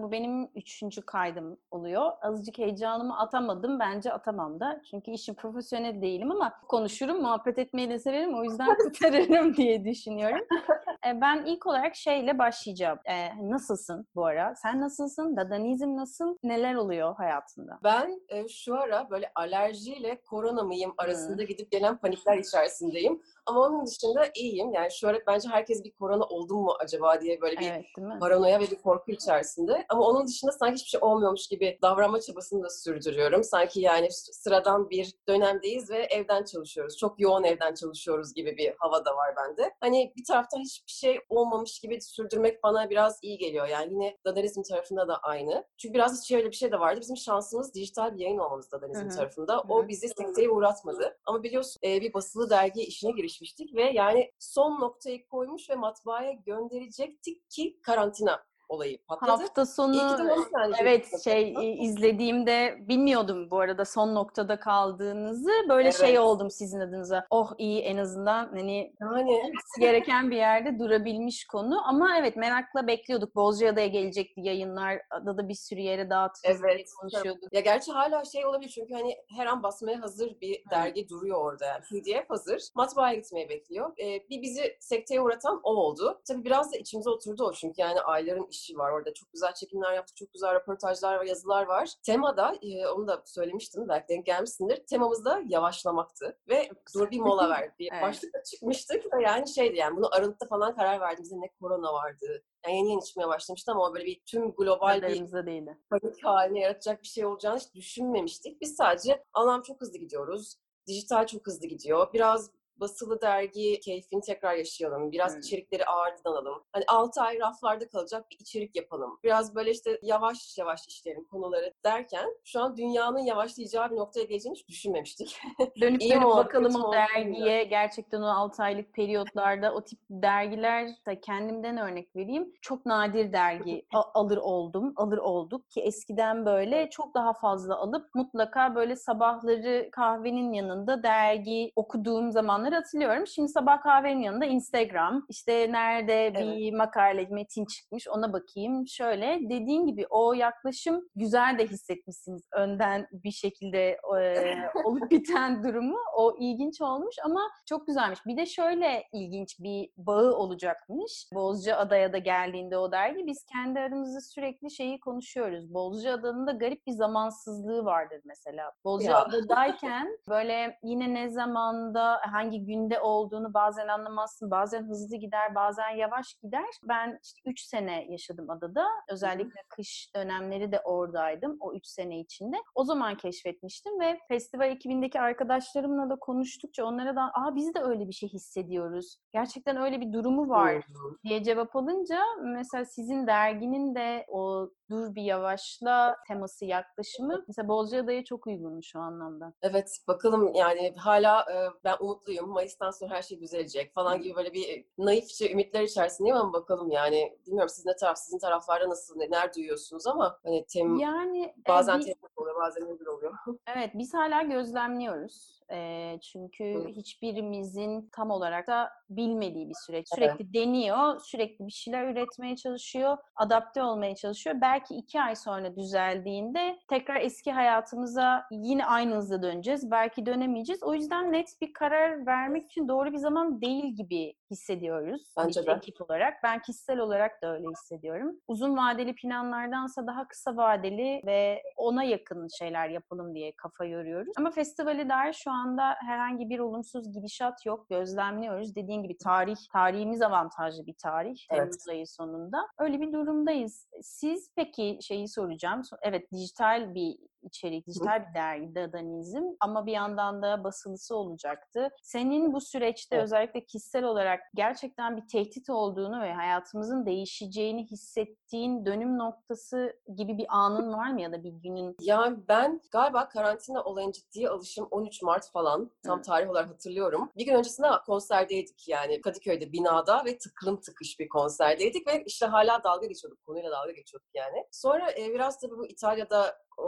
bu benim 3. kaydım oluyor. Azıcık heyecanımı atamadım. Bence atamam da. Çünkü işin profesyonel değilim ama konuşurum, muhabbet etmeyi de severim. O yüzden kurtarırım diye düşünüyorum. Ben ilk olarak şeyle başlayacağım. Nasılsın bu ara? Sen nasılsın? Dadanizm nasıl? Neler oluyor hayatında? Ben şu ara böyle alerjiyle korona mıyım Hı. arasında gidip gelen panikler içerisindeyim. Ama onun dışında iyiyim. Yani şu ara bence herkes bir korona oldum mu acaba diye böyle bir Evet, değil mi? paranoya ve bir korku içerisinde. Ama onun dışında sanki hiçbir şey olmuyormuş gibi davranma çabasını da sürdürüyorum. Sanki yani sıradan bir dönemdeyiz ve evden çalışıyoruz. Çok yoğun evden çalışıyoruz gibi bir hava da var bende. Hani bir taraftan hiçbir şey olmamış gibi sürdürmek bana biraz iyi geliyor. Yani yine Dadarizm tarafında da aynı. Çünkü biraz şöyle bir şey de vardı. Bizim şansımız dijital bir yayın olmamız Hı Dadarizm hı. tarafında. Hı O hı. bizi sekteye uğratmadı. Ama biliyorsun bir basılı dergi işine girişmiştik ve yani son noktayı koymuş ve matbaaya gönderecektik ki karantina olayı patladı. Hafta İyi ki sonu de olmuş yani. evet izlediğimde bilmiyordum bu arada son noktada kaldığınızı. Böyle şey Evet. oldum sizin adınıza. Oh iyi en azından hani Yani gereken bir yerde durabilmiş konu. Ama evet merakla bekliyorduk. Bozcaada'ya gelecekti yayınlar. Da bir sürü yere dağıtırız diye evet. konuşuyorduk. Ya gerçi hala şey olabilir çünkü hani her an basmaya hazır bir Hı. dergi duruyor orada yani. PDF hazır. Matbaaya gitmeyi bekliyor. Bir bizi sekteye uğratan o oldu. Tabii biraz da içimize oturdu o çünkü yani ayların işi var orada. Çok güzel çekimler yaptık, çok güzel röportajlar ve yazılar var. Temada, onu da söylemiştim, belki denk gelmişsindir. Temamız da yavaşlamaktı ve Çok güzel. dur bir mola ver diye Evet. başlıkla çıkmıştık ve yani şeydi yani bunu Aralık'ta falan karar verdiğimizde ne korona vardı. Yani yeni yeni çıkmaya başlamıştı ama o böyle bir tüm global bir Radarımızda değildi. panik haline yaratacak bir şey olacağını hiç düşünmemiştik. Biz sadece Allah'ım çok hızlı gidiyoruz. Dijital çok hızlı gidiyor. Biraz basılı dergi keyfini tekrar yaşayalım. Biraz Hı. içerikleri ağırdan alalım. Hani 6 ay raflarda kalacak bir içerik yapalım. Biraz böyle işte yavaş yavaş işleyelim konuları derken şu an dünyanın yavaşlayacağı bir noktaya geleceğini hiç düşünmemiştik. Dönüp İyi mi dönüp oldu, bakalım kötü mü o oldu bilmiyorum. dergiye. Gerçekten o 6 aylık periyotlarda o tip dergiler de kendimden örnek vereyim. Çok nadir dergi alır oldum, alır olduk ki eskiden böyle Evet. çok daha fazla alıp mutlaka böyle sabahları kahvenin yanında dergi okuduğum zamanları hatırlıyorum. Şimdi sabah kahvenin yanında Instagram, işte nerede Evet. bir makale, metin çıkmış ona bakayım. Şöyle dediğin gibi o yaklaşım güzel de hissetmişsiniz önden bir şekilde olup biten durumu. O ilginç olmuş ama çok güzelmiş. Bir de şöyle ilginç bir bağı olacakmış. Bozcaada'ya da geldiğinde o dergi biz kendi aramızda sürekli şeyi konuşuyoruz. Bozcaada'nın da garip bir zamansızlığı vardır mesela. Ya. Bozcaada'dayken böyle yine ne zamanda hangi günde olduğunu bazen anlamazsın. Bazen hızlı gider, bazen yavaş gider. Ben işte 3 sene yaşadım adada. Özellikle kış dönemleri de oradaydım o 3 sene içinde. O zaman keşfetmiştim ve festival ekibindeki arkadaşlarımla da konuştukça onlara da biz de öyle bir şey hissediyoruz. Gerçekten öyle bir durumu var Hmm. diye cevap alınca mesela sizin derginin de o dur bir yavaşla teması yaklaşımı mesela Bozcaada'ya çok uygunmuş o anlamda. Evet, bakalım yani hala ben umutluyum. Mayıs'tan sonra her şey düzelecek falan gibi böyle bir naifçe ümitler içerisindeyim ama bakalım yani bilmiyorum siz ne taraf, sizin taraflarda nasıl, neler duyuyorsunuz ama hani Yani bazen biz tepki oluyor, bazen ödül oluyor. evet, biz hala gözlemliyoruz. Çünkü Hı, hiçbirimizin tam olarak da bilmediği bir süreç. evet, Sürekli deniyor, sürekli bir şeyler üretmeye çalışıyor, adapte olmaya çalışıyor. Belki 2 ay sonra düzeldiğinde tekrar eski hayatımıza yine aynı hızla döneceğiz. Belki dönemeyeceğiz. O yüzden net bir karar vermek için doğru bir zaman değil gibi hissediyoruz biz bence de. ekip olarak. Ben kişisel olarak da öyle hissediyorum. Uzun vadeli planlardansa daha kısa vadeli ve ona yakın şeyler yapalım diye kafa yoruyoruz. Ama festivale dair şu anda herhangi bir olumsuz gidişat yok. Gözlemliyoruz. Dediğin gibi tarihimiz avantajlı bir tarih. Evet. Temmuz ayı sonunda. Öyle bir durumdayız. Siz peki şeyi soracağım. Evet dijital bir içerik, Hı. dijital bir dergi Dadanizm ama bir yandan da basılısı olacaktı. Senin bu süreçte Evet. özellikle kişisel olarak gerçekten bir tehdit olduğunu ve hayatımızın değişeceğini hissettiğin dönüm noktası gibi bir anın var mı ya da bir günün? Yani ben galiba karantina olayın ciddiye alışım 13 Mart falan. Tam Hı. tarih olarak hatırlıyorum. Bir gün öncesinde konserdeydik yani Kadıköy'de binada ve tıklım tıkış bir konserdeydik ve işte hala dalga geçiyorduk. Konuyla dalga geçiyorduk yani. Sonra biraz tabii bu İtalya'da olayların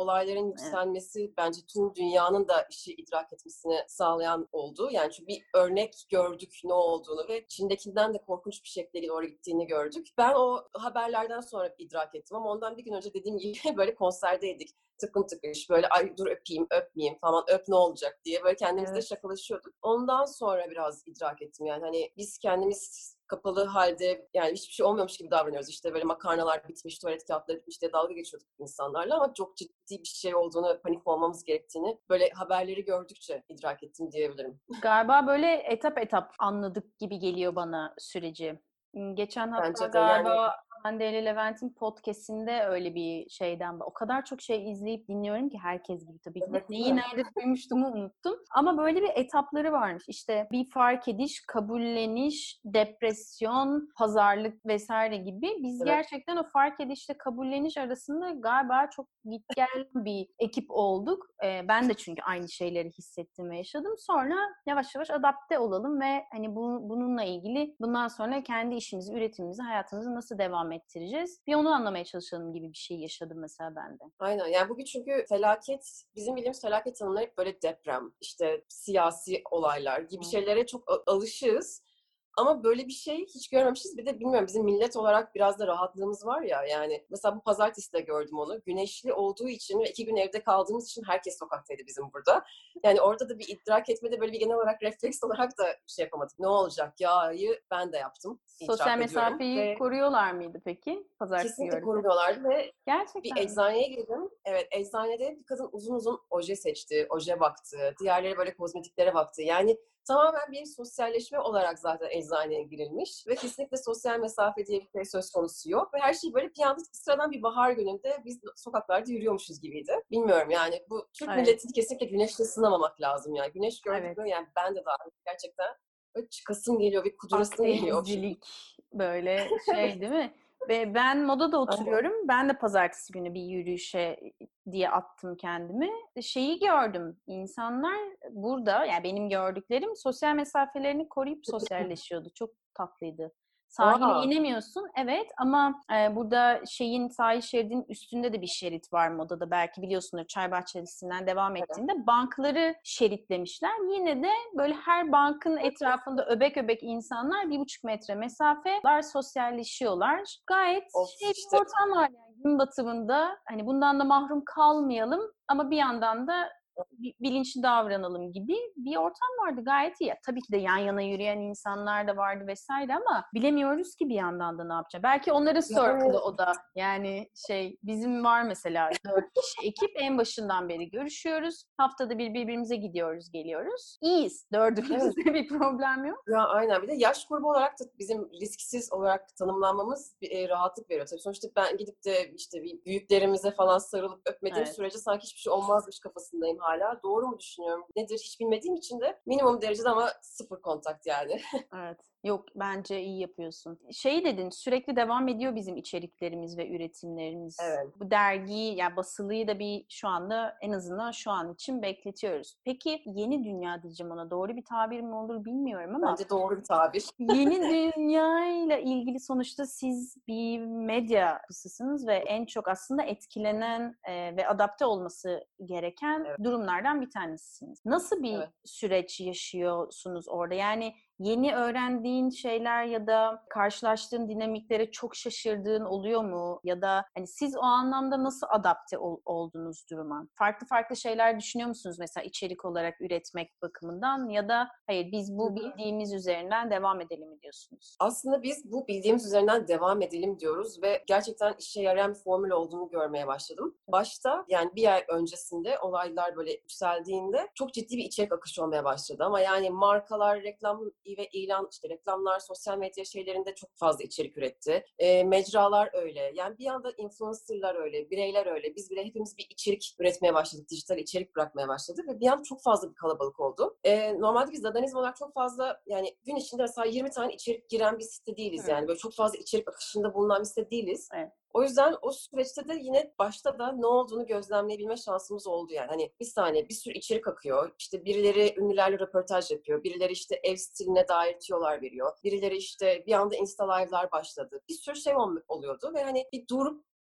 yükselmesi bence tüm dünyanın da işi idrak etmesini sağlayan oldu. Yani çünkü bir örnek gördük ne olduğunu ve Çin'dekinden de korkunç bir şekilde doğru gittiğini gördük. Ben o haberlerden sonra idrak ettim ama ondan bir gün önce dediğim gibi böyle konserdeydik. Tıkım tıkış böyle ay dur öpeyim öpmeyeyim falan öp ne olacak diye böyle kendimizle Evet. şakalaşıyorduk. Ondan sonra biraz idrak ettim yani hani biz kendimiz kapalı halde yani hiçbir şey olmuyormuş gibi davranıyoruz. İşte böyle makarnalar bitmiş, tuvalet kağıtları bitmiş diye dalga geçiyorduk insanlarla ama çok ciddi bir şey olduğunu, panik olmamız gerektiğini böyle haberleri gördükçe idrak ettim diyebilirim. Galiba böyle etap etap anladık gibi geliyor bana süreci. Geçen hatta Bence de yani galiba Hande ile Levent'in podcast'inde öyle bir şeyden o kadar çok şey izleyip dinliyorum ki herkes gibi tabii ki de. evet değil Neyi mi? nerede duymuştumu unuttum. Ama böyle bir etapları varmış. İşte bir fark ediş, kabulleniş, depresyon, pazarlık vesaire gibi. Biz Evet. gerçekten o fark edişle kabulleniş arasında galiba çok git gel bir ekip olduk. Ben de çünkü aynı şeyleri hissettim ve yaşadım. Sonra yavaş yavaş adapte olalım ve hani bununla ilgili bundan sonra kendi işimizi, üretimimizi, hayatımızı nasıl devam ettireceğiz? Bir onu anlamaya çalışalım gibi bir şey yaşadım mesela ben de. Aynen. Yani bugün çünkü felaket, bizim bildiğimiz felaket tanımları hep böyle deprem, işte siyasi olaylar gibi şeylere çok alışığız. Ama böyle bir şey hiç görmemişiz. Bir de bilmiyorum bizim millet olarak biraz da rahatlığımız var ya yani. Mesela bu pazartesi de gördüm onu. Güneşli olduğu için ve 2 gün evde kaldığımız için herkes sokaktaydı bizim burada. Yani orada da bir idrak etmede böyle bir genel olarak refleks olarak da şey yapamadık. Ne olacak ya'yı ben de yaptım. Sosyal İtiraf ediyorum. mesafeyi Ve koruyorlar mıydı peki? Pazartesi kesinlikle gördük de. korumuyorlardı ve bir Gerçekten mi? eczaneye girdim. Evet, eczanede bir kadın uzun uzun oje seçti, oje baktı. Diğerleri böyle kozmetiklere baktı. Yani tamamen bir sosyalleşme olarak zaten eczaneye girilmiş. Ve kesinlikle sosyal mesafe diye bir şey söz konusu yok. Ve her şey böyle bir anda sıradan bir bahar gününde biz sokaklarda yürüyormuşuz gibiydi. Bilmiyorum yani bu Türk Evet. milletini kesinlikle güneşle sınamamak lazım yani. Güneş gördük Evet. mü yani ben de dahil gerçekten böyle çıkasım geliyor, bir kudurasım geliyor. Akdenizlilik böyle şey değil mi? Ve ben Moda'da Aynen. oturuyorum. Ben de pazartesi günü bir yürüyüşe diye attım kendimi. Şeyi gördüm. İnsanlar burada, yani benim gördüklerim sosyal mesafelerini koruyup sosyalleşiyordu. Çok tatlıydı. Sahile Aa, inemiyorsun, evet, ama burada sahil şeridinin üstünde de bir şerit var Moda'da. Belki biliyorsunuz Çay Bahçesi'nden devam evet. ettiğinde bankları şeritlemişler. Yine de böyle her bankın etrafında öbek öbek insanlar 1,5 metre mesafe sosyalleşiyorlar. Gayet Of bir işte ortam var yani gün batımında. Hani bundan da mahrum kalmayalım ama bir yandan da bilinçli davranalım gibi bir ortam vardı. Gayet iyi. Tabii ki de yan yana yürüyen insanlar da vardı vesaire ama bilemiyoruz ki bir yandan da ne yapacak. Belki onların yani circle'ı o da. Yani bizim var mesela 4 kişi ekip en başından beri görüşüyoruz. Haftada bir birbirimize gidiyoruz, geliyoruz. İyiyiz. evet. Dördümüzde bir problem yok. Ya aynen. Bir de yaş grubu olarak da bizim risksiz olarak tanımlanmamız bir rahatlık veriyor. Tabii sonuçta ben gidip de işte bir büyüklerimize falan sarılıp öpmediğim Evet. sürece sanki hiçbir şey olmazmış kafasındayım hala. Doğru mu düşünüyorum? Nedir hiç bilmediğim için de minimum derecede ama sıfır kontak yani. Evet. Yok, bence iyi yapıyorsun. Şey dedin, sürekli devam ediyor bizim içeriklerimiz ve üretimlerimiz. Evet. Bu dergiyi, yani basılıyı da bir şu anda en azından şu an için bekletiyoruz. Peki yeni dünya diyeceğim ona. Doğru bir tabir mi olur bilmiyorum ama Bence doğru bir tabir. yeni dünyayla ilgili sonuçta siz bir medya yapısısınız ve en çok aslında etkilenen ve adapte olması gereken Evet. durumlardan bir tanesisiniz. Nasıl bir Evet. süreç yaşıyorsunuz orada? Yani yeni öğrendiğin şeyler ya da karşılaştığın dinamiklere çok şaşırdığın oluyor mu? Ya da hani siz o anlamda nasıl adapte oldunuz duruma? Farklı farklı şeyler düşünüyor musunuz mesela içerik olarak üretmek bakımından ya da hayır biz Hı bu hı. bildiğimiz üzerinden devam edelim mi diyorsunuz? Aslında biz bu bildiğimiz üzerinden devam edelim diyoruz ve gerçekten işe yarayan bir formül olduğunu görmeye başladım. Başta yani bir ay öncesinde olaylar böyle yükseldiğinde çok ciddi bir içerik akışı olmaya başladı. Ama yani markalar, reklam ve ilan, işte reklamlar, sosyal medya şeylerinde çok fazla içerik üretti. Mecralar öyle. Yani bir anda influencerlar öyle, bireyler öyle. Biz bile hepimiz bir içerik üretmeye başladık, dijital içerik bırakmaya başladık ve bir anda çok fazla bir kalabalık oldu. Normalde biz Dadanizm olarak çok fazla yani gün içinde mesela 20 tane içerik giren bir site değiliz Hı. yani. Böyle çok fazla içerik akışında bulunan bir site değiliz. Evet. O yüzden o süreçte de yine başta da ne olduğunu gözlemleyebilme şansımız oldu yani. Hani bir saniye bir sürü içerik akıyor. İşte birileri ünlülerle röportaj yapıyor. Birileri işte ev stiline dair tüyolar veriyor. Birileri işte bir anda Insta Live'lar başladı. Bir sürü şey oluyordu ve hani bir durup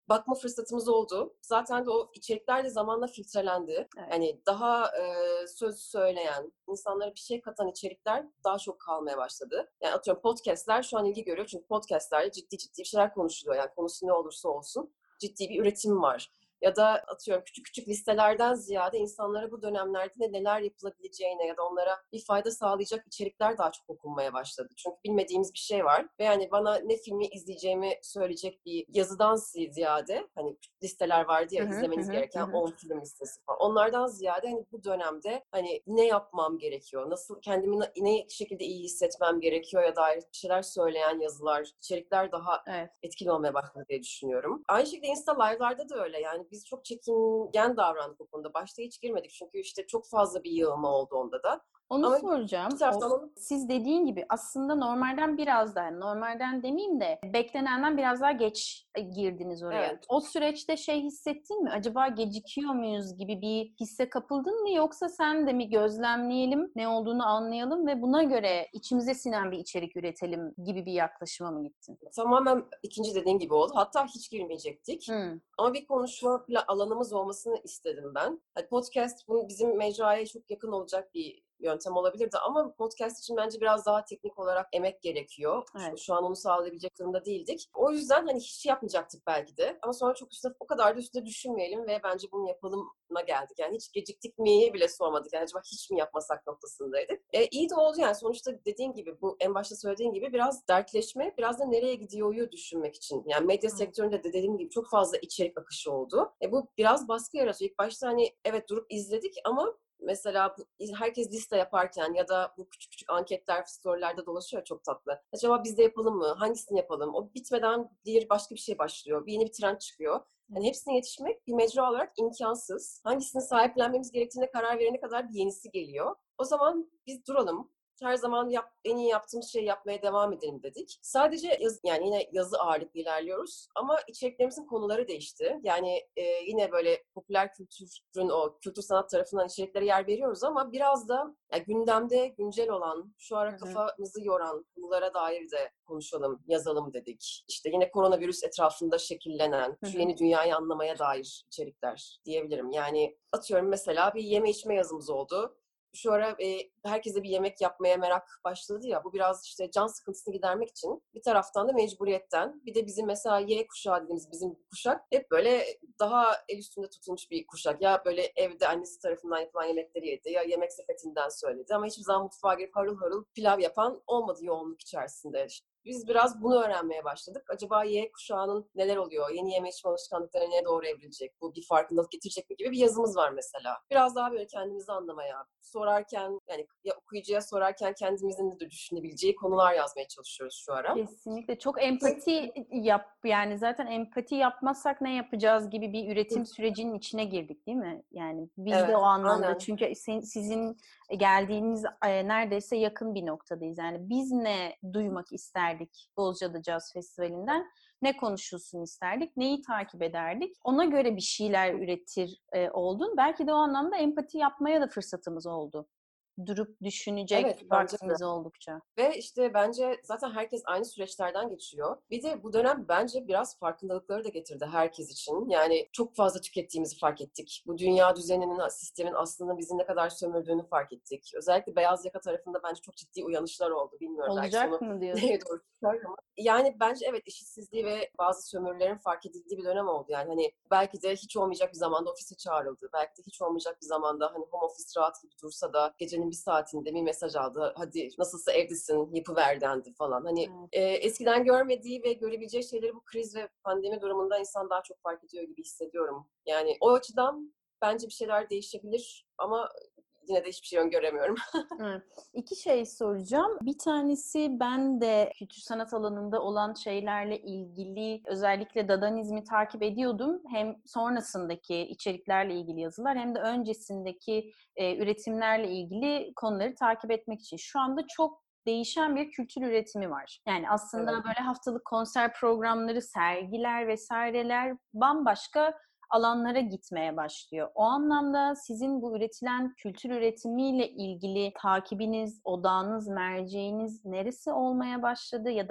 bakma fırsatımız oldu. Zaten de o içerikler de zamanla filtrelendi. Evet. Yani daha söz söyleyen, insanlara bir şey katan içerikler daha çok kalmaya başladı. Yani atıyorum podcast'ler şu an ilgi görüyor. Çünkü podcast'lerde ciddi bir şeyler konuşuluyor. Yani konusu ne olursa olsun ciddi bir üretim var. Ya da atıyorum küçük küçük listelerden ziyade insanlara bu dönemlerde de neler yapılabileceğine ya da onlara bir fayda sağlayacak içerikler daha çok okunmaya başladı. Çünkü bilmediğimiz bir şey var ve yani bana ne filmi izleyeceğimi söyleyecek bir yazıdan ziyade hani listeler vardı ya Hı hı, hı izlemeniz hı, hı gereken hı. 10 film listesi falan. Onlardan ziyade hani bu dönemde hani ne yapmam gerekiyor, nasıl kendimi ne şekilde iyi hissetmem gerekiyor ya dair bir şeyler söyleyen yazılar, içerikler daha Evet. etkili olmaya başladı diye düşünüyorum. Aynı şekilde Insta Live'larda da öyle. Yani biz çok çekingen davrandık o konuda. Başta hiç girmedik çünkü işte çok fazla bir yığılma oldu onda da. Onu Ama bir soracağım. taraftan onu Siz dediğin gibi aslında normalden biraz daha, normalden demeyeyim de beklenenden biraz daha geç girdiniz oraya. evet. O süreçte şey hissettin mi? Acaba gecikiyor muyuz gibi bir hisse kapıldın mı? Yoksa sen de mi gözlemleyelim, ne olduğunu anlayalım ve buna göre içimize sinen bir içerik üretelim gibi bir yaklaşıma mı gittin? Tamamen ikinci dediğin gibi oldu. Hatta hiç girmeyecektik. Hmm, Ama bir konuşma alanımız olmasını istedim ben. Hani podcast bizim mecraya çok yakın olacak bir yöntem olabilirdi ama podcast için bence biraz daha teknik olarak emek gerekiyor. evet. Şu an onu sağlayabilecek durumda değildik. O yüzden hani hiç yapmayacaktık belki de. Ama sonra çok o kadar da üstüne düşünmeyelim ve bence bunu yapalım'a geldik. Yani hiç geciktik miyi bile sormadık. Yani acaba hiç mi yapmasak noktasındaydık. İyi de oldu yani. Sonuçta dediğin gibi bu en başta söylediğin gibi biraz dertleşme, biraz da nereye gidiyor'yu düşünmek için. Yani medya Evet. sektöründe de dediğim gibi çok fazla içerik akışı oldu. Bu biraz baskı yaratıyor. İlk başta hani evet durup izledik ama mesela herkes liste yaparken ya da bu küçük küçük anketler, storylerde dolaşıyor çok tatlı. Acaba biz de yapalım mı? Hangisini yapalım? O bitmeden diğer başka bir şey başlıyor. Bir yeni bir trend çıkıyor. Yani hepsine yetişmek bir mecra olarak imkansız. Hangisini sahiplenmemiz gerektiğine karar verene kadar bir yenisi geliyor. O zaman biz duralım. Her zaman en iyi yaptığımız şeyi yapmaya devam edelim dedik. Sadece yani yine yazı ağırlıklı ilerliyoruz ama içeriklerimizin konuları değişti. Yani yine böyle popüler kültürün o kültür sanat tarafından içeriklere yer veriyoruz ama biraz da yani gündemde güncel olan, şu Hı ara hı. kafamızı yoran konulara dair de konuşalım, yazalım dedik. İşte yine koronavirüs etrafında şekillenen, Hı şu hı. yeni dünyayı anlamaya dair içerikler diyebilirim. Yani atıyorum mesela bir yeme içme yazımız oldu. Şu ara herkese bir yemek yapmaya merak başladı ya. Bu biraz işte can sıkıntısını gidermek için bir taraftan da mecburiyetten. Bir de bizim mesela Y kuşağı dediğimiz bizim kuşak hep böyle daha el üstünde tutulmuş bir kuşak. Ya böyle evde annesi tarafından yapılan yemekleri yedi ya yemek sepetinden söyledi. Ama hiçbir zaman mutfağa girip harıl harıl pilav yapan olmadı yoğunluk içerisinde. Biz biraz bunu öğrenmeye başladık. Acaba Y kuşağının neler oluyor? Yeni yeme içme alışkanlıkları neye doğru evrilecek? Bu bir farkındalık getirecek mi gibi bir yazımız var mesela. Biraz daha böyle kendimizi anlamaya, sorarken yani ya okuyucuya sorarken kendimizin de düşünebileceği konular yazmaya çalışıyoruz şu ara. Kesinlikle. Çok empati yap yani zaten empati yapmazsak ne yapacağız gibi bir üretim sürecinin içine girdik değil mi? Yani biz de Evet, o anlamda aynen. çünkü sizin geldiğiniz neredeyse yakın bir noktadayız. Yani biz ne duymak isterdik Bozcaada Caz Festivali'nden? Ne konuşulsun isterdik? Neyi takip ederdik? Ona göre bir şeyler üretir oldun. Belki de o anlamda empati yapmaya da fırsatımız oldu. Durup düşünecek Evet, bence de. vaktimiz oldukça. Ve işte bence zaten herkes aynı süreçlerden geçiyor. Bir de bu dönem bence biraz farkındalıkları da getirdi herkes için. Yani çok fazla tükettiğimizi fark ettik. Bu dünya düzeninin, sistemin aslında bizi ne kadar sömürdüğünü fark ettik. Özellikle beyaz yaka tarafında bence çok ciddi uyanışlar oldu. Bilmiyorum belki Olacak sonu mı diyorsun? nereye doğru çıkar ama. Yani bence evet eşitsizliği ve bazı sömürülerin fark edildiği bir dönem oldu. Yani hani belki de hiç olmayacak bir zamanda ofise çağrıldı. Belki de hiç olmayacak bir zamanda hani home office rahat gibi dursa da gecenin bir saatinde bir mesaj aldı. Hadi nasılsa evdesin yapıver dendi falan. Hani Evet. eskiden görmediği ve görebileceği şeyleri bu kriz ve pandemi durumunda insan daha çok fark ediyor gibi hissediyorum. Yani o açıdan bence bir şeyler değişebilir ama yine de hiçbir şey öngöremiyorum. Evet. İki şey soracağım. Bir tanesi ben de kültür sanat alanında olan şeylerle ilgili özellikle Dadanizmi takip ediyordum. Hem sonrasındaki içeriklerle ilgili yazılar hem de öncesindeki üretimlerle ilgili konuları takip etmek için. Şu anda çok değişen bir kültür üretimi var. Yani aslında Evet. böyle haftalık konser programları, sergiler vesaireler bambaşka alanlara gitmeye başlıyor. O anlamda sizin bu üretilen kültür üretimiyle ilgili takibiniz, odağınız, merceğiniz neresi olmaya başladı ya da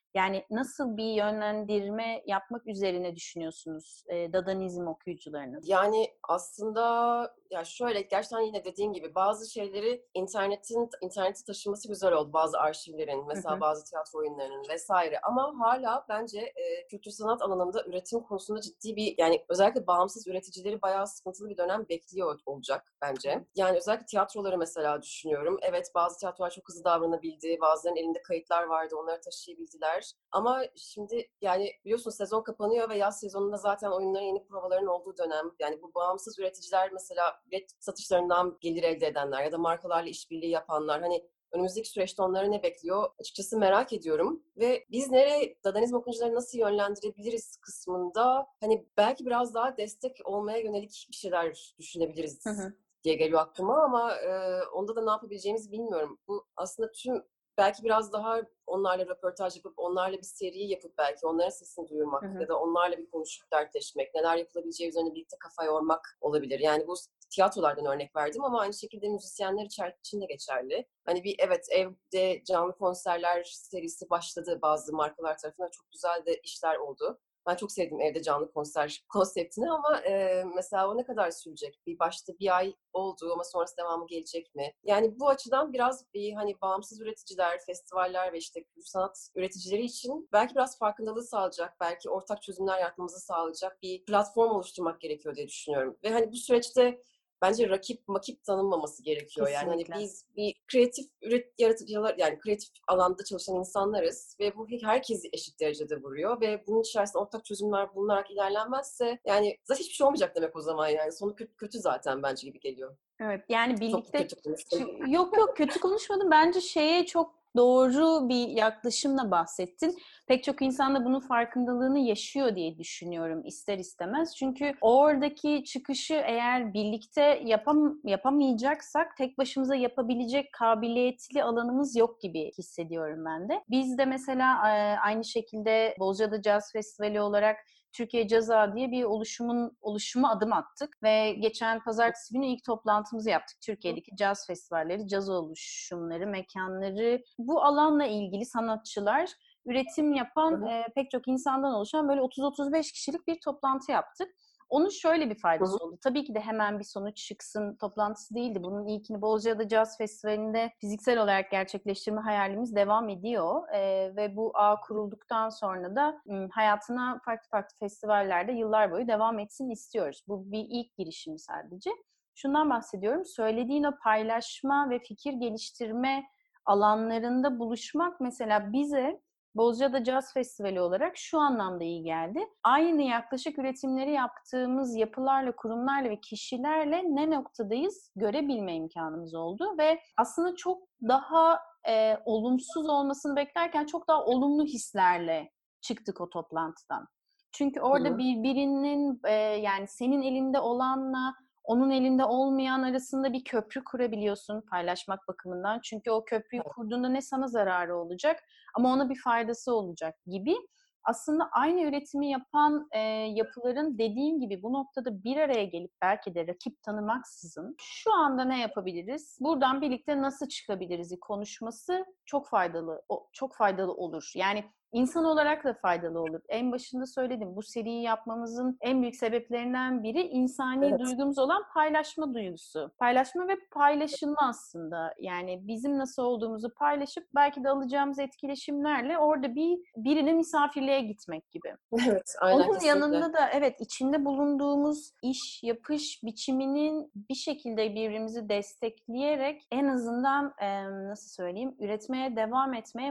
Yani nasıl bir yönlendirme yapmak üzerine düşünüyorsunuz Dadanizm okuyucularının? Yani, aslında, ya, şöyle, gerçekten yine dediğin gibi bazı şeyleri internete taşınması güzel oldu. Bazı arşivlerin, Hı mesela hı. bazı tiyatro oyunlarının vs. ama hâlâ bence, kültür sanat alanında üretim konusunda ciddi bir, yani, özellikle bağımsız üreticileri bayağı sıkıntılı bir dönem bekliyor olacak bence. Yani, özellikle tiyatroları mesela düşünüyorum. Evet, bazı tiyatrolar çok hızlı davranabildi, bazılarının elinde kayıtlar vardı, onları taşıyabildiler. Ama şimdi, yani, biliyorsun sezon kapanıyor ve yaz sezonunda zaten oyunların yeni provaların olduğu dönem. Yani, bu bağımsız üreticiler mesela bilet satışlarından gelir elde edenler ya da markalarla işbirliği yapanlar, hani, önümüzdeki süreçte onları ne bekliyor? Açıkçası merak ediyorum ve biz nereye Dadanizm okuyucularını nasıl yönlendirebiliriz kısmında, hani, belki biraz daha destek olmaya yönelik bir şeyler Hı düşünebiliriz hı. diye geliyor aklıma ama, onda da ne yapabileceğimizi bilmiyorum. Bu aslında belki biraz daha onlarla röportaj yapıp, onlarla bir seri yapıp belki onların sesini Hı duyurmak hı. ya da onlarla bir konuşup dertleşmek, neler yapılabileceği üzerine birlikte kafa yormak olabilir. Yani bu tiyatrolardan örnek verdim ama aynı şekilde müzisyenler için de geçerli. Hani evet, evde canlı konserler serisi başladı bazı markalar tarafından. Çok güzel de işler oldu. Ben çok sevdim evde canlı konser konseptini ama, mesela o ne kadar sürecek? Başta bir ay oldu ama sonrası devamı gelecek mi? Yani bu açıdan biraz hani, bağımsız üreticiler, festivaller ve, işte, kültür sanat üreticileri için belki biraz farkındalığı sağlayacak, belki ortak çözümler yaratmamızı sağlayacak bir platform oluşturmak gerekiyor diye düşünüyorum. Ve, hani, bu süreçte bence rakip makip tanınmaması gerekiyor. Yani, hani, Kesinlikle. biz bir kreatif yaratıcılar, yani kreatif alanda çalışan insanlarız ve bu herkesi eşit derecede vuruyor ve bunun içerisinde ortak çözümler bulunarak ilerlenmezse, yani, zaten hiçbir şey olmayacak demek o zaman yani. Sonu kötü zaten bence gibi geliyor. Evet, yani Çok birlikte kötü konuştum. yok yok kötü konuşmadım. Bence şeye çok doğru bir yaklaşımla bahsettin. Pek çok insan da bunun farkındalığını yaşıyor diye düşünüyorum ister istemez. Çünkü oradaki çıkışı eğer birlikte yapamayacaksak tek başımıza yapabilecek kabiliyetli alanımız yok gibi hissediyorum ben de. Biz de mesela aynı şekilde Bozcaada Caz Festivali olarak Türkiye Caz Ağı diye bir oluşuma adım attık ve geçen pazartesi günü ilk toplantımızı yaptık. Türkiye'deki caz festivalleri, caz oluşumları, mekanları, bu alanla ilgili sanatçılar, üretim Hı yapan hı. pek çok insandan oluşan böyle 30-35 kişilik bir toplantı yaptık. Onun şöyle bir Hı hı. faydası oldu. Tabii ki de hemen bir sonuç çıksın toplantısı değildi. Bunun ilkini Bozcaada Caz Festivali'nde fiziksel olarak gerçekleştirme hayalimiz devam ediyor. Ve bu ağ kurulduktan sonra da hayatına farklı farklı festivallerde yıllar boyu devam etsin istiyoruz. Bu bir ilk girişim sadece. Şundan bahsediyorum. Söylediğin o paylaşma ve fikir geliştirme alanlarında buluşmak mesela bize Bozcaada Caz Festivali olarak şu anlamda iyi geldi. Aynı yaklaşık üretimleri yaptığımız yapılarla, kurumlarla ve kişilerle ne noktadayız görebilme imkanımız oldu ve aslında çok daha olumsuz olmasını beklerken çok daha olumlu hislerle çıktık o toplantıdan. Çünkü Hı orada hı. birbirinin yani senin elinde olanla onun elinde olmayan arasında bir köprü kurabiliyorsun paylaşmak bakımından. Çünkü o köprüyü Evet. kurduğunda ne sana zararı olacak ama ona bir faydası olacak gibi. Aslında aynı üretimi yapan yapıların dediğin gibi bu noktada bir araya gelip belki de rakip tanımaksızın şu anda ne yapabiliriz? Buradan birlikte nasıl çıkabiliriz'i konuşması çok faydalı, çok faydalı olur. Yani İnsan olarak da faydalı olur. En başında söyledim. Bu seriyi yapmamızın en büyük sebeplerinden biri insani Evet. duygumuz olan paylaşma duygusu. Paylaşma ve paylaşılma aslında. Yani bizim nasıl olduğumuzu paylaşıp belki de alacağımız etkileşimlerle orada birine misafirliğe gitmek gibi. Evet, aynen Onun kesinlikle. yanında da evet içinde bulunduğumuz iş yapış biçiminin bir şekilde birbirimizi destekleyerek en azından nasıl söyleyeyim üretmeye devam etmeye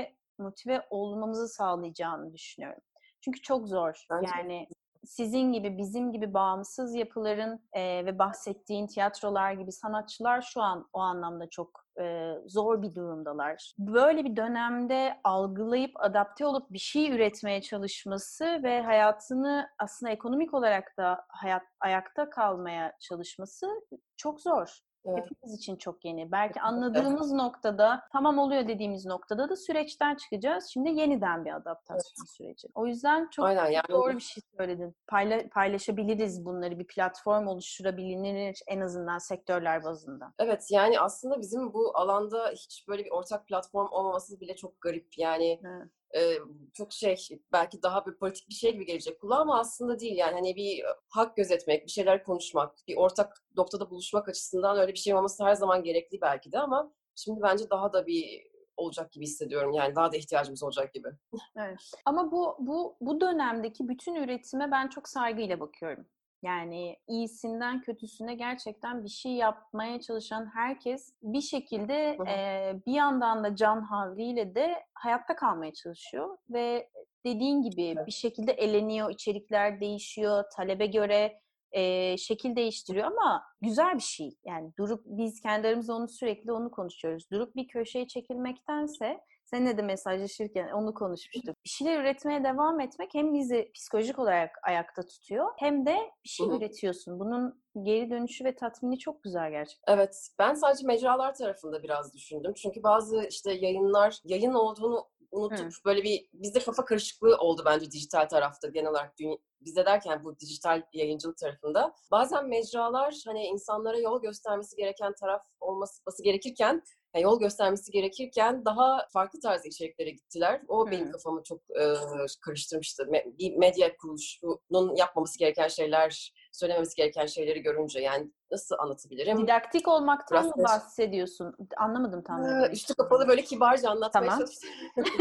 motive olmamızı sağlayacağını düşünüyorum. Çünkü çok zor. Bence de. Yani sizin gibi, bizim gibi bağımsız yapıların ve bahsettiğin tiyatrolar gibi sanatçılar şu an o anlamda çok zor bir durumdalar. Böyle bir dönemde algılayıp, adapte olup bir şey üretmeye çalışması ve hayatını aslında ekonomik olarak da ayakta kalmaya çalışması çok zor. Evet, Hepimiz için çok yeni. Belki kesinlikle. anladığımız noktada, tamam oluyor dediğimiz noktada da süreçten çıkacağız. Şimdi yeniden bir adaptasyon Evet. süreci. O yüzden çok Aynen yani. doğru bir şey söyledin. Paylaşabiliriz bunları, bir platform oluşturabilir en azından sektörler bazında. Evet, yani aslında bizim bu alanda hiç böyle bir ortak platform olmaması bile çok garip. Yani, Evet. çok belki daha bir politik bir şey gibi gelecek kulağa ama aslında değil. Yani hani bir hak gözetmek, bir şeyler konuşmak, bir ortak noktada buluşmak açısından öyle bir şey olması her zaman gerekli belki de ama şimdi bence daha da bir olacak gibi hissediyorum. Yani daha da ihtiyacımız olacak gibi. Evet. Ama bu dönemdeki bütün üretime ben çok saygıyla bakıyorum. Yani iyisinden kötüsüne gerçekten bir şey yapmaya çalışan herkes bir şekilde Hı hı. bir yandan da can havliyle de hayatta kalmaya çalışıyor ve dediğin gibi bir Evet. şekilde eleniyor, içerikler değişiyor, talebe göre şekil değiştiriyor ama güzel bir şey. Yani durup biz kendi aramızda sürekli onu konuşuyoruz. Durup bir köşeye çekilmektense seninle de mesajlaşırken onu konuşmuştuk. Bir şeyler üretmeye devam etmek hem bizi psikolojik olarak ayakta tutuyor hem de bir Hı şey hı. üretiyorsun. Bunun geri dönüşü ve tatmini çok güzel gerçekten. Evet, ben sadece mecralar tarafında biraz düşündüm. Çünkü bazı işte yayınlar, yayın olduğunu unutup Hı. böyle bir bizde kafa karışıklığı oldu bence dijital tarafta genel olarak bizde derken bu dijital yayıncılık tarafında. Bazen mecralar hani insanlara yol göstermesi gereken taraf olması gerekirken yol göstermesi gerekirken daha farklı tarz içeriklere gittiler. O benim Hı. kafamı çok karıştırmıştı. Bir medya kuruluşunun yapmaması gereken şeyler, söylememesi gereken şeyleri görünce yani nasıl anlatabilirim? Didaktik olmaktan Biraz mı bahsediyorsun? Anlamadım tam ne demek üstü kapalı istediğini. böyle kibarca anlatmaya Tamam. çalıştım.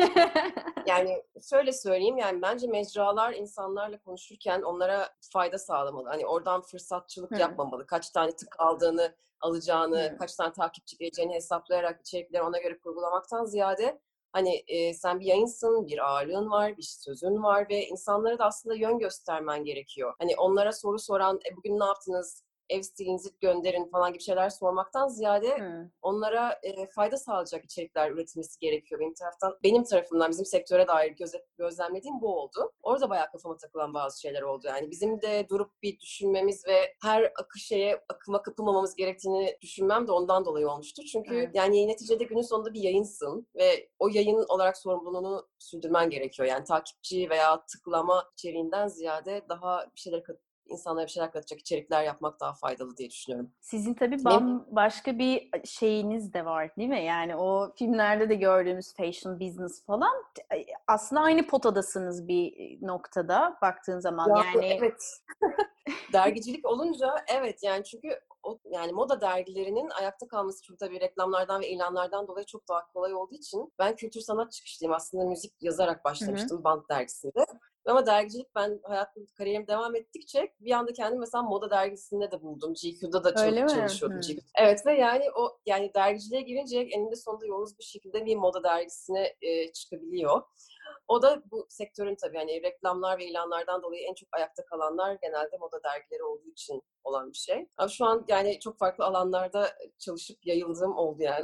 Yani şöyle söyleyeyim yani bence mecralar insanlarla konuşurken onlara fayda sağlamalı. Hani oradan fırsatçılık Hı. yapmamalı. Kaç tane tık aldığını, alacağını, Hı. kaç tane takipçi geleceğini hesaplayarak içerikleri ona göre kurgulamaktan ziyade hani sen bir yayınsın, bir ağırlığın var, bir sözün var ve insanlara da aslında yön göstermen gerekiyor. Hani onlara soru soran, bugün ne yaptınız, ev stilinizi gönderin falan gibi şeyler sormaktan ziyade Hı. onlara fayda sağlayacak içerikler üretilmesi gerekiyor benim tarafımdan, bizim sektöre dair gözlemlediğim bu oldu. Orada bayağı kafama takılan bazı şeyler oldu. Yani bizim de durup bir düşünmemiz ve her akıma kapılmamamız gerektiğini düşünmem de ondan dolayı olmuştu. Çünkü Evet. yani neticede günün sonunda bir yayınsın ve o yayın olarak sorumluluğunu sürdürmen gerekiyor. Yani takipçi veya tıklama içeriğinden ziyade daha insanlara bir şeyler katacak içerikler yapmak daha faydalı diye düşünüyorum. Sizin tabii Benim bambaşka bir şeyiniz de var değil mi? Yani o filmlerde de gördüğümüz fashion business falan aslında aynı potadasınız bir noktada baktığın zaman. yani Yani evet. Dergicilik olunca evet yani çünkü yani moda dergilerinin ayakta kalması çünkü tabii reklamlardan ve ilanlardan dolayı çok daha kolay olduğu için ben kültür sanat çıkışlıyım. Aslında müzik yazarak hı hı. başlamıştım Band dergisinde. Ama dergicilik ben kariyerim devam ettikçe bir anda kendimi mesela moda dergisinde de buldum. GQ'da da Öyle mi? çalışıyordum. Hı. Evet ve yani dergiciliğe girince eninde sonunda yolunuz bir şekilde bir moda dergisine çıkabiliyor. O da bu sektörün tabii hani reklamlar ve ilanlardan dolayı en çok ayakta kalanlar genelde moda dergileri olduğu için olan bir şey. Ama şu an yani çok farklı alanlarda çalışıp yayıldığım oldu yani.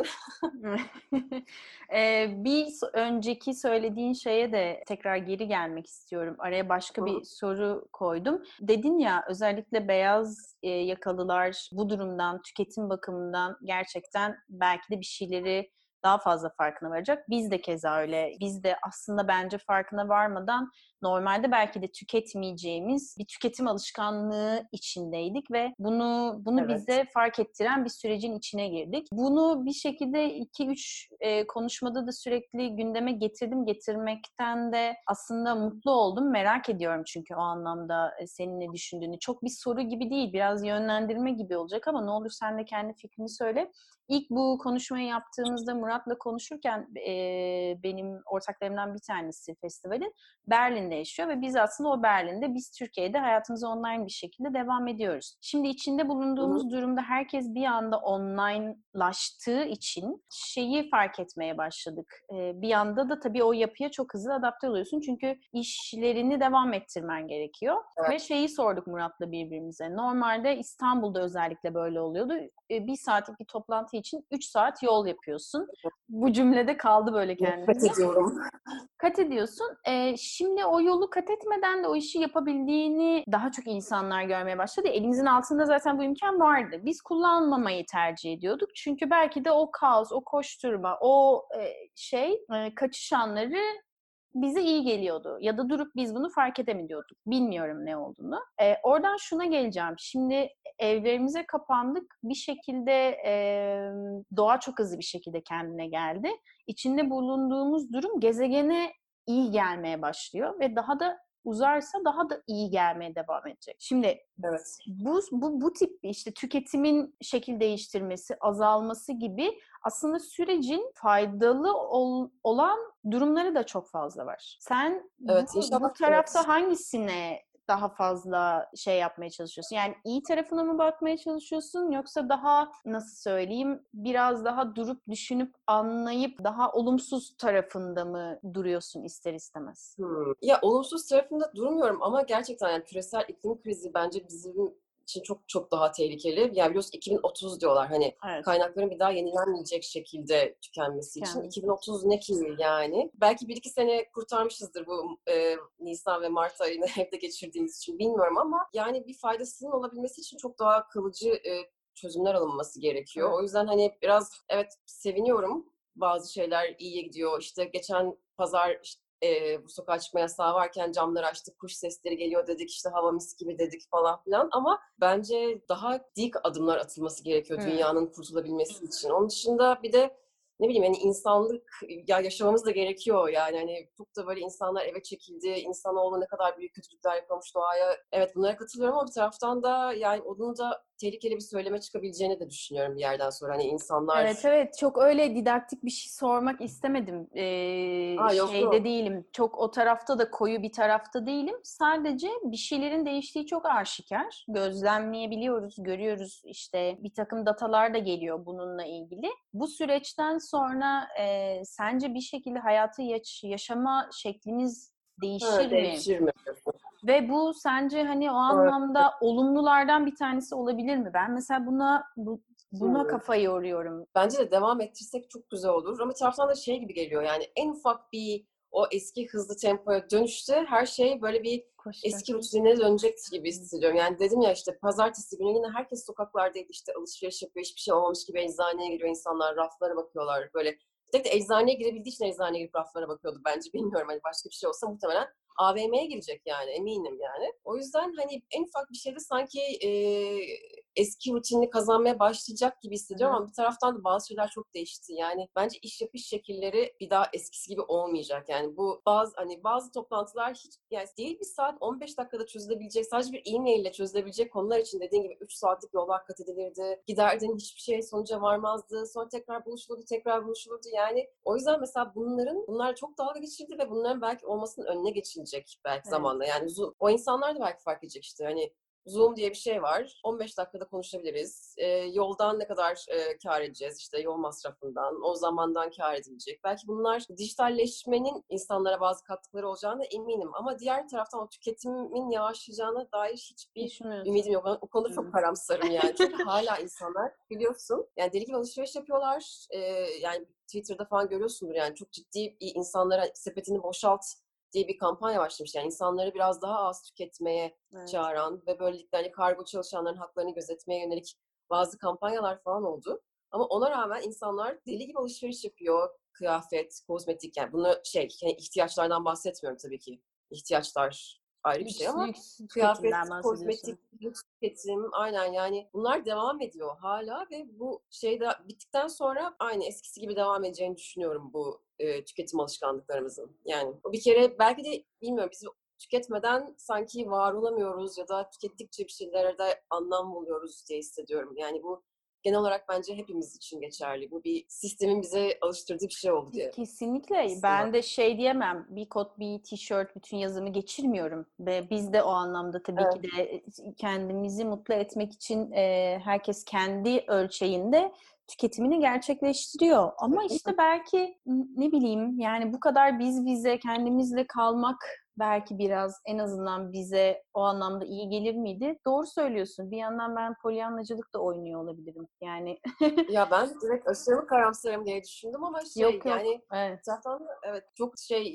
Bir önceki söylediğin şeye de tekrar geri gelmek istiyorum. Araya başka bir soru koydum. Dedin ya özellikle beyaz yakalılar bu durumdan, tüketim bakımından gerçekten belki de bir şeyleri daha fazla farkına varacak. Biz de keza öyle. Biz de aslında bence farkına varmadan normalde belki de tüketmeyeceğimiz bir tüketim alışkanlığı içindeydik ve bunu Evet. bize fark ettiren bir sürecin içine girdik. Bunu bir şekilde 2-3 konuşmada da sürekli gündeme getirmekten de aslında mutlu oldum. Merak ediyorum çünkü o anlamda senin ne düşündüğünü. Çok bir soru gibi değil, biraz yönlendirme gibi olacak ama ne olur sen de kendi fikrini söyle. İlk bu konuşmayı yaptığımızda Murat'la konuşurken benim ortaklarımdan bir tanesi festivalin Berlin'de yaşıyor ve biz aslında o Berlin'de, biz Türkiye'de hayatımıza online bir şekilde devam ediyoruz. Şimdi içinde Hı hı. bulunduğumuz durumda herkes bir anda onlinelaştığı için şeyi fark etmeye başladık. Bir anda da tabii o yapıya çok hızlı adapte oluyorsun çünkü işlerini devam ettirmen gerekiyor. Ve Evet. şeyi sorduk Murat'la birbirimize. Normalde İstanbul'da özellikle böyle oluyordu. Bir saatlik bir toplantı için 3 saat yol yapıyorsun. Bu cümlede kaldı böyle Nefret kendimize. ediyorum. Kat ediyorsun. Şimdi o yolu kat etmeden de o işi yapabildiğini daha çok insanlar görmeye başladı. Elimizin altında zaten bu imkan vardı. Biz kullanmamayı tercih ediyorduk. Çünkü belki de o kaos, o koşturma, o kaçış anları bize iyi geliyordu. Ya da durup biz bunu fark edemiyorduk. Bilmiyorum ne olduğunu. Oradan şuna geleceğim. Şimdi evlerimize kapandık. Bir şekilde doğa çok hızlı bir şekilde kendine geldi. İçinde bulunduğumuz durum gezegene iyi gelmeye başlıyor ve daha da uzarsa daha da iyi gelmeye devam edecek. Şimdi Evet. bu tip işte tüketimin şekil değiştirmesi, azalması gibi aslında sürecin faydalı olan durumları da çok fazla var. Sen Evet, bu inşallah. tarafta Evet. hangisine daha fazla şey yapmaya çalışıyorsun? Yani iyi tarafına mı bakmaya çalışıyorsun yoksa daha nasıl söyleyeyim biraz daha durup düşünüp anlayıp daha olumsuz tarafında mı duruyorsun ister istemez? Ya olumsuz tarafında durmuyorum ama gerçekten yani küresel iklim krizi bence bizim için çok çok daha tehlikeli. Yani biliyorsun 2030 diyorlar hani Evet, kaynakların bir daha yenilenmeyecek şekilde tükenmesi için. kendisi. 2030 ne ki yani? Belki bir iki sene kurtarmışızdır bu Nisan ve Mart ayını evde geçirdiğimiz için bilmiyorum ama yani bir faydasının olabilmesi için çok daha kalıcı çözümler alınması gerekiyor. Evet. O yüzden hani biraz evet seviniyorum. Bazı şeyler iyiye gidiyor. İşte geçen pazar bu sokağa çıkma yasağı varken camları açtık, kuş sesleri geliyor dedik, işte hava mis gibi dedik falan filan. Ama bence daha dik adımlar atılması gerekiyor Hı. dünyanın kurtulabilmesi için. Onun dışında bir de ne bileyim hani insanlık ya yaşamamız da gerekiyor yani hani çok da böyle insanlar eve çekildi, insanoğlu ne kadar büyük kötülükler yapmış doğaya. Evet bunlara katılıyorum ama bir taraftan da yani onun da tehlikeli bir söyleme çıkabileceğini de düşünüyorum bir yerden sonra. Hani Evet, insanlar evet. Çok öyle didaktik bir şey sormak istemedim. yok Şeyde yok. değilim. Çok o tarafta da koyu bir tarafta değilim. Sadece bir şeylerin değiştiği çok aşikar. Gözlemleyebiliyoruz, görüyoruz. İşte bir takım datalar da geliyor bununla ilgili. Bu süreçten sonra sence bir şekilde hayatı yaşama şeklimiz değişir mi? Değişir mi? Ve bu sence hani o Evet. anlamda olumlulardan bir tanesi olabilir mi? Ben mesela buna Hıı. kafa yoruyorum. Bence de devam ettirsek çok güzel olur ama bir taraftan da şey gibi geliyor, yani en ufak bir o eski hızlı tempoya dönüşte her şey böyle bir eski Koşacak. rutinine dönecekmiş gibi Hı. hissediyorum. Yani dedim ya işte pazartesi günü yine herkes sokaklardaydı, işte alışveriş yapıyor, hiçbir şey olmamış gibi eczaneye giriyor insanlar, raflara bakıyorlar böyle. Tek de eczaneye girebildiği için eczaneye girip raflara bakıyordu bence. Bilmiyorum hani başka bir şey olsa muhtemelen AVM'ye girecek yani eminim yani. O yüzden hani en ufak bir şeyde sanki eski rutinini kazanmaya başlayacak gibi Hı hissediyorum hı. ama bir taraftan da bazı şeyler çok değişti. Yani bence iş yapış şekilleri bir daha eskisi gibi olmayacak. Yani bu bazı toplantılar hiç yani değil bir saat 15 dakikada çözülebilecek, sadece bir e-mail ile çözülebilecek konular için dediğin gibi 3 saatlik yollar kat edilirdi. Giderdin hiçbir şey sonuca varmazdı. Sonra tekrar buluşulurdu, tekrar buluşulurdu. Yani o yüzden mesela bunlar çok dalga geçildi ve bunların belki olmasının önüne geçilecek belki Evet. zamanla. Yani o insanlar da belki fark edecek işte hani Zoom diye bir şey var. 15 dakikada konuşabiliriz. Yoldan ne kadar kâr edeceğiz? İşte yol masrafından, o zamandan kâr edilecek. Belki bunlar dijitalleşmenin insanlara bazı katkıları olacağına eminim. Ama diğer taraftan o tüketimin yavaşlayacağına dair hiçbir Düşünüyorsun. ümidim yok. Ben o konuda çok Hı. karamsarım yani. Çünkü hala insanlar biliyorsun yani deli gibi alışveriş yapıyorlar. Yani Twitter'da falan görüyorsundur yani çok ciddi insanlara sepetini boşalt diye bir kampanya başlamış. Yani insanları biraz daha az tüketmeye Evet. çağıran ve böylelikle hani kargo çalışanların haklarını gözetmeye yönelik bazı kampanyalar falan oldu. Ama ona rağmen insanlar deli gibi alışveriş yapıyor. Kıyafet, kozmetik yani bunu yani ihtiyaçlardan bahsetmiyorum tabii ki. İhtiyaçlar ayrı bir şey ama Lüks kıyafet, tüketimden bahsediyorsun. kozmetik, lüks tüketim aynen yani bunlar devam ediyor hala ve bu şeyde bittikten sonra aynı eskisi gibi devam edeceğini düşünüyorum bu tüketim alışkanlıklarımızın. Yani o bir kere belki de bilmiyorum biz tüketmeden sanki var olamıyoruz ya da tükettikçe bir şeylerde anlam buluyoruz diye hissediyorum. Yani bu genel olarak bence hepimiz için geçerli. Bu bir sistemin bize alıştırdığı bir şey oldu diye Kesinlikle. hissediyorum. Ben de şey diyemem. Bir kot, bir tişört bütün yazımı geçirmiyorum. Ve biz de o anlamda tabii ki Evet. de kendimizi mutlu etmek için herkes kendi ölçeğinde tüketimini gerçekleştiriyor. Ama işte belki ne bileyim yani bu kadar biz bize kendimizle kalmak belki biraz en azından bize o anlamda iyi gelir miydi? Doğru söylüyorsun. Bir yandan ben polyanlacılık da oynuyor olabilirim. Yani Ya ben direkt aşırı mı karamsarım diye düşündüm ama yok yok. yani Evet. bir taraftan da evet çok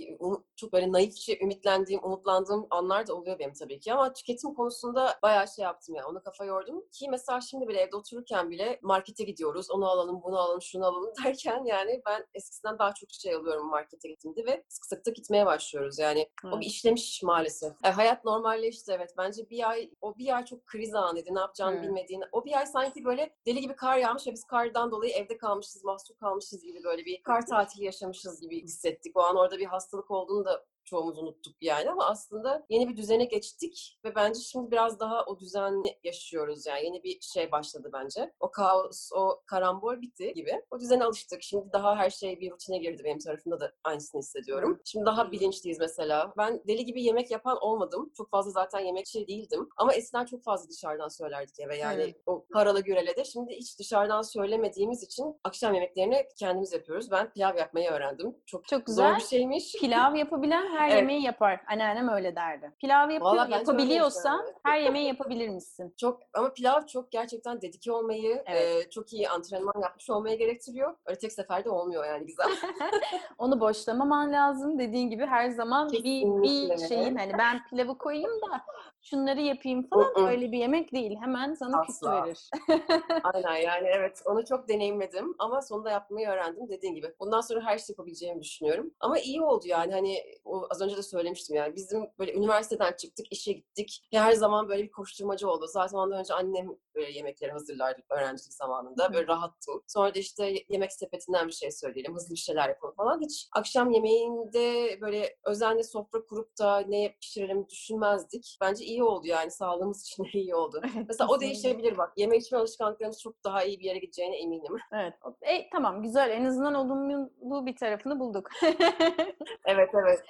çok böyle naifçe ümitlendiğim, umutlandığım anlar da oluyor benim tabii ki ama tüketim konusunda bayağı şey yaptım ya ona kafa yordum ki mesela şimdi bile evde otururken bile markete gidiyoruz. Onu alalım, bunu alalım, şunu alalım derken yani ben eskisinden daha çok şey alıyorum markete gittiğimde ve sık sık da gitmeye başlıyoruz. Yani o bir Evet. işlemiş maalesef. Hayat normalleşti, evet. Bence o bir ay çok kriz anıydı. Ne yapacağını bilmediğin. O bir ay sanki böyle deli gibi kar yağmış ve biz kardan dolayı evde kalmışız, mahsur kalmışız gibi, böyle bir kar tatili yaşamışız gibi hissettik. O an orada bir hastalık olduğunu da çoğumuz unuttuk yani, ama aslında yeni bir düzene geçtik ve bence şimdi biraz daha o düzenli yaşıyoruz yani. Yeni bir şey başladı bence. O kaos, o karambol bitti gibi. O düzene alıştık. Şimdi daha her şey bir rutine girdi. Benim tarafımda da aynısını hissediyorum. Şimdi daha bilinçliyiz mesela. Ben deli gibi yemek yapan olmadım. Çok fazla zaten yemekçi değildim. Ama eskiden çok fazla dışarıdan söylerdik eve. Yani o paralı gürelede. Şimdi hiç dışarıdan söylemediğimiz için akşam yemeklerini kendimiz yapıyoruz. Ben pilav yapmayı öğrendim. Çok güzel. Zor bir şeymiş. Pilav yapabilen her yemeği yapar. Anneannem öyle derdi. Pilav yapabiliyorsan her yemeği yapabilir misin? Ama pilav çok gerçekten dedike olmayı, çok iyi antrenman yapmış olmayı gerektiriyor. Öyle tek seferde olmuyor yani güzel. Onu boşlamaman lazım. Dediğin gibi her zaman bir şeyin, hani ben pilavı koyayım da şunları yapayım falan, öyle bir yemek değil. Hemen sana küfür verir. Aynen yani, evet. Onu çok deneyimledim ama sonunda yapmayı öğrendim dediğin gibi. Bundan sonra her şey yapabileceğimi düşünüyorum. Ama iyi oldu yani, hani az önce de söylemiştim yani. Bizim böyle üniversiteden çıktık, işe gittik. Her zaman böyle bir koşturmacı oldu. Zaten ondan önce annem böyle yemekleri hazırlardı öğrencilik zamanında. Böyle rahattım. Sonra da işte yemek sepetinden bir şey söyleyelim, hızlı bir şeyler yapalım falan. Hiç akşam yemeğinde böyle özenle sofra kurup da ne pişirelim düşünmezdik. Bence iyi oldu yani, sağlığımız için de iyi oldu. Mesela o değişebilir bak. Yeme içme alışkanlıklarımız çok daha iyi bir yere gideceğine eminim. Evet. Tamam, güzel. En azından olumlu bir tarafını bulduk. Evet.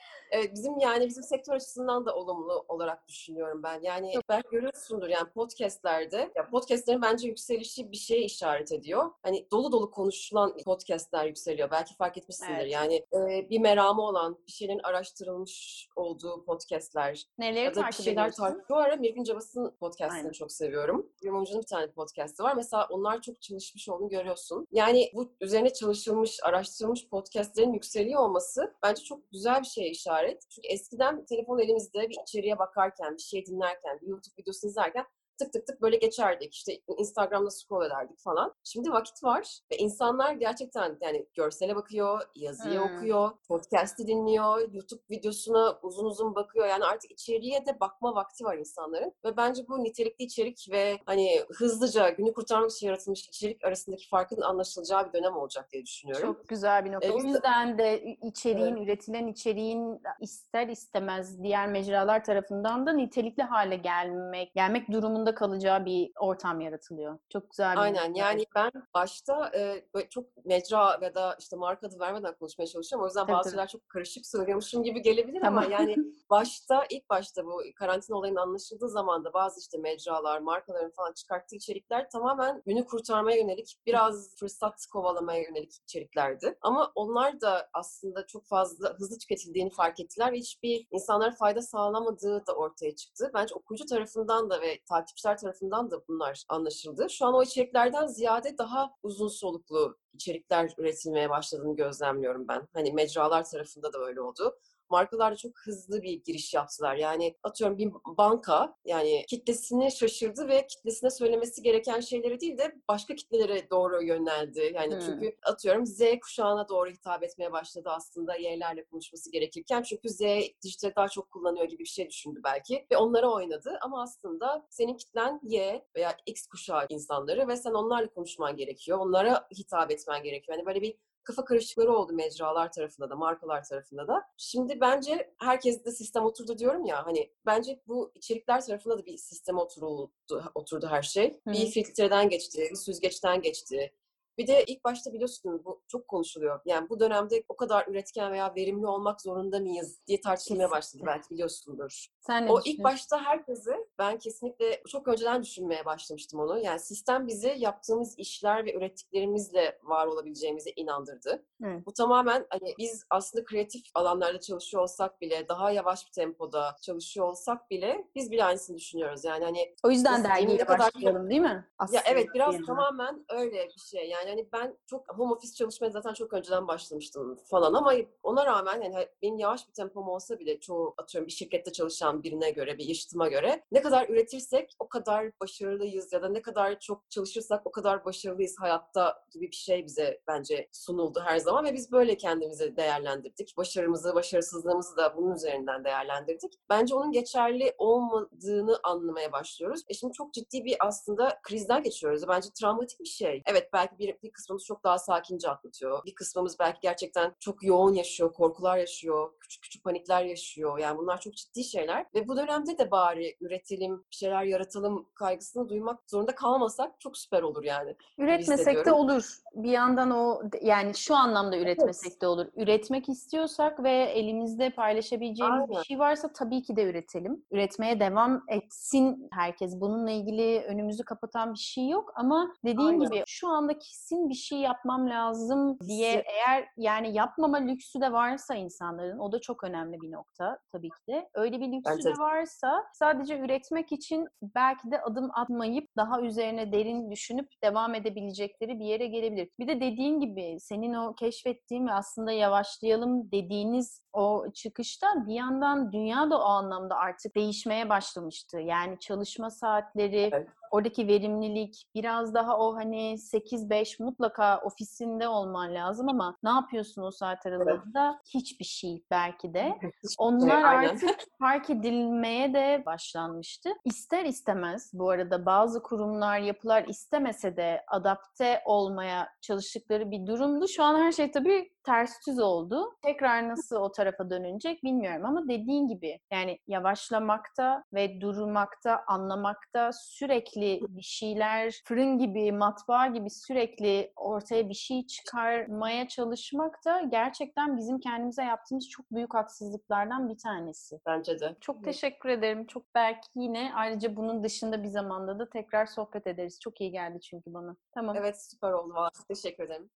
Bizim sektör açısından da olumlu olarak düşünüyorum ben. Yani belki görüyorsundur yani podcastlerde. Ya podcastlerin bence yükselişi bir şeye işaret ediyor. Hani dolu dolu konuşulan podcastler yükseliyor. Belki fark etmişsindir. Evet. Yani bir meramı olan, bir şeylerin araştırılmış olduğu podcastler. Neleri ya da takip ediyorsun? Bu ara Mirgün Cabas'ın podcastını çok seviyorum. Mumcu'nun bir tane podcastı var. Mesela onlar çok çalışmış olduğunu görüyorsun. Yani bu üzerine çalışılmış, araştırılmış podcastlerin yükseliyor olması bence çok güzel bir şeye işaret. Çünkü eskiden telefon elimizde bir içeriğe bakarken, bir şey dinlerken, bir YouTube videosu izlerken tık tık tık böyle geçerdik. İşte Instagram'da scroll ederdik falan. Şimdi vakit var ve insanlar gerçekten yani görsele bakıyor, yazıyı okuyor, podcast'i dinliyor, YouTube videosuna uzun uzun bakıyor. Yani artık içeriğe de bakma vakti var insanların. Ve bence bu nitelikli içerik ve hani hızlıca günü kurtarmak için yaratılmış içerik arasındaki farkın anlaşılacağı bir dönem olacak diye düşünüyorum. Çok güzel bir nokta. O yüzden de üretilen içeriğin ister istemez diğer mecralar tarafından da nitelikli hale gelmek durumunda kalacağı bir ortam yaratılıyor. Çok güzel bir Aynen. Yani ben başta böyle çok mecra ya da işte marka adı vermeden konuşmaya çalışıyorum. O yüzden bazı şeyler çok karışık söylüyormuşum gibi gelebilir ama yani ilk başta bu karantina olayının anlaşıldığı zaman da bazı işte mecralar, markaların falan çıkarttığı içerikler tamamen günü kurtarmaya yönelik, biraz fırsat kovalamaya yönelik içeriklerdi. Ama onlar da aslında çok fazla hızlı tüketildiğini fark ettiler ve hiçbir insanlara fayda sağlamadığı da ortaya çıktı. Bence okuyucu tarafından da ve takipçiler tarafından da bunlar anlaşıldı. Şu an o içeriklerden ziyade daha uzun soluklu içerikler üretilmeye başladığını gözlemliyorum ben. Hani mecralar tarafında da öyle oldu. Markalar da çok hızlı bir giriş yaptılar. Yani atıyorum bir banka yani kitlesini şaşırdı ve kitlesine söylemesi gereken şeyleri değil de başka kitlelere doğru yöneldi. Yani çünkü atıyorum Z kuşağına doğru hitap etmeye başladı aslında Y'lerle konuşması gerekirken. Çünkü Z dijitali daha çok kullanıyor gibi bir şey düşündü belki ve onlara oynadı. Ama aslında senin kitlen Y veya X kuşağı insanları ve sen onlarla konuşman gerekiyor. Onlara hitap etmen gerekiyor. Yani böyle bir kafa karışıkları oldu mecralar tarafında da, markalar tarafında da. Şimdi bence herkes de sistem oturdu diyorum ya, hani bence bu içerikler tarafında da bir sisteme oturdu her şey. Bir filtreden geçti, bir süzgeçten geçti. Bir de ilk başta biliyorsun bu çok konuşuluyor. Yani bu dönemde o kadar üretken veya verimli olmak zorunda mıyız diye tartışılmaya başladı. Belki biliyorsundur. Sen ne O ilk başta ben kesinlikle çok önceden düşünmeye başlamıştım onu. Yani sistem bizi yaptığımız işler ve ürettiklerimizle var olabileceğimize inandırdı. Bu tamamen hani biz aslında kreatif alanlarda çalışıyor olsak bile, daha yavaş bir tempoda çalışıyor olsak bile biz bile aynısını düşünüyoruz. Yani hani o yüzden dergiye başlayalım değil mi? Aslında ya evet, biraz tamamen öyle bir şey. Yani hani ben çok home office çalışmaya zaten çok önceden başlamıştım falan ama ona rağmen hani benim yavaş bir tempom olsa bile çoğu atıyorum bir şirkette çalışan birine göre, bir yaşıtıma göre ne kadar üretirsek o kadar başarılıyız ya da ne kadar çok çalışırsak o kadar başarılıyız hayatta gibi bir şey bize bence sunuldu her zaman ve biz böyle kendimizi değerlendirdik. Başarımızı, başarısızlığımızı da bunun üzerinden değerlendirdik. Bence onun geçerli olmadığını anlamaya başlıyoruz. Şimdi çok ciddi bir aslında krizden geçiyoruz. Bence travmatik bir şey. Evet belki bir kısmımız çok daha sakince atlatıyor. Bir kısmımız belki gerçekten çok yoğun yaşıyor, korkular yaşıyor, küçük küçük panikler yaşıyor. Yani bunlar çok ciddi şeyler. Ve bu dönemde de bari üretelim, bir şeyler yaratalım kaygısını duymak zorunda kalmasak çok süper olur yani gibi Üretmesek de hissediyorum. olur. Bir yandan o yani şu anlamda Evet, üretmesek de olur. Üretmek istiyorsak ve elimizde paylaşabileceğimiz bir aynen, şey varsa tabii ki de üretelim. Üretmeye devam etsin herkes. Bununla ilgili önümüzü kapatan bir şey yok ama dediğin aynen. gibi şu anda kesin bir şey yapmam lazım diye Hissi eğer yani yapmama lüksü de varsa insanların o da çok önemli bir nokta tabii ki de. Öyle bir lüksü bence de varsa sadece üretmek için belki de adım atmayıp daha üzerine derin düşünüp devam edebilecekleri bir yere gelebilir. Bir de dediğin gibi senin o keşfettiğin ve aslında yavaşlayalım dediğiniz o çıkışta bir yandan dünya da o anlamda artık değişmeye başlamıştı. Yani çalışma saatleri, evet, oradaki verimlilik, biraz daha o hani 8-5 mutlaka ofisinde olman lazım ama ne yapıyorsun o saat evet. aralığında? Hiçbir şey belki de. Hiçbir şey, Onlar aynen. artık fark edilmeye de başlanmıştı. İster istemez bu arada bazı kurumlar, yapılar istemese de adapte olmaya çalıştıkları bir durumdu. Şu an her şey tabii ters düz oldu. Tekrar nasıl o tarafa dönünecek bilmiyorum ama dediğin gibi yani yavaşlamakta ve durmakta, anlamakta sürekli bir şeyler fırın gibi, matbaa gibi sürekli ortaya bir şey çıkarmaya çalışmak da gerçekten bizim kendimize yaptığımız çok büyük haksızlıklardan bir tanesi. Bence de. Çok teşekkür ederim. Çok belki yine ayrıca bunun dışında bir zamanda da tekrar sohbet ederiz. Çok iyi geldi çünkü bana. Tamam. Evet, süper oldu valla. Teşekkür ederim.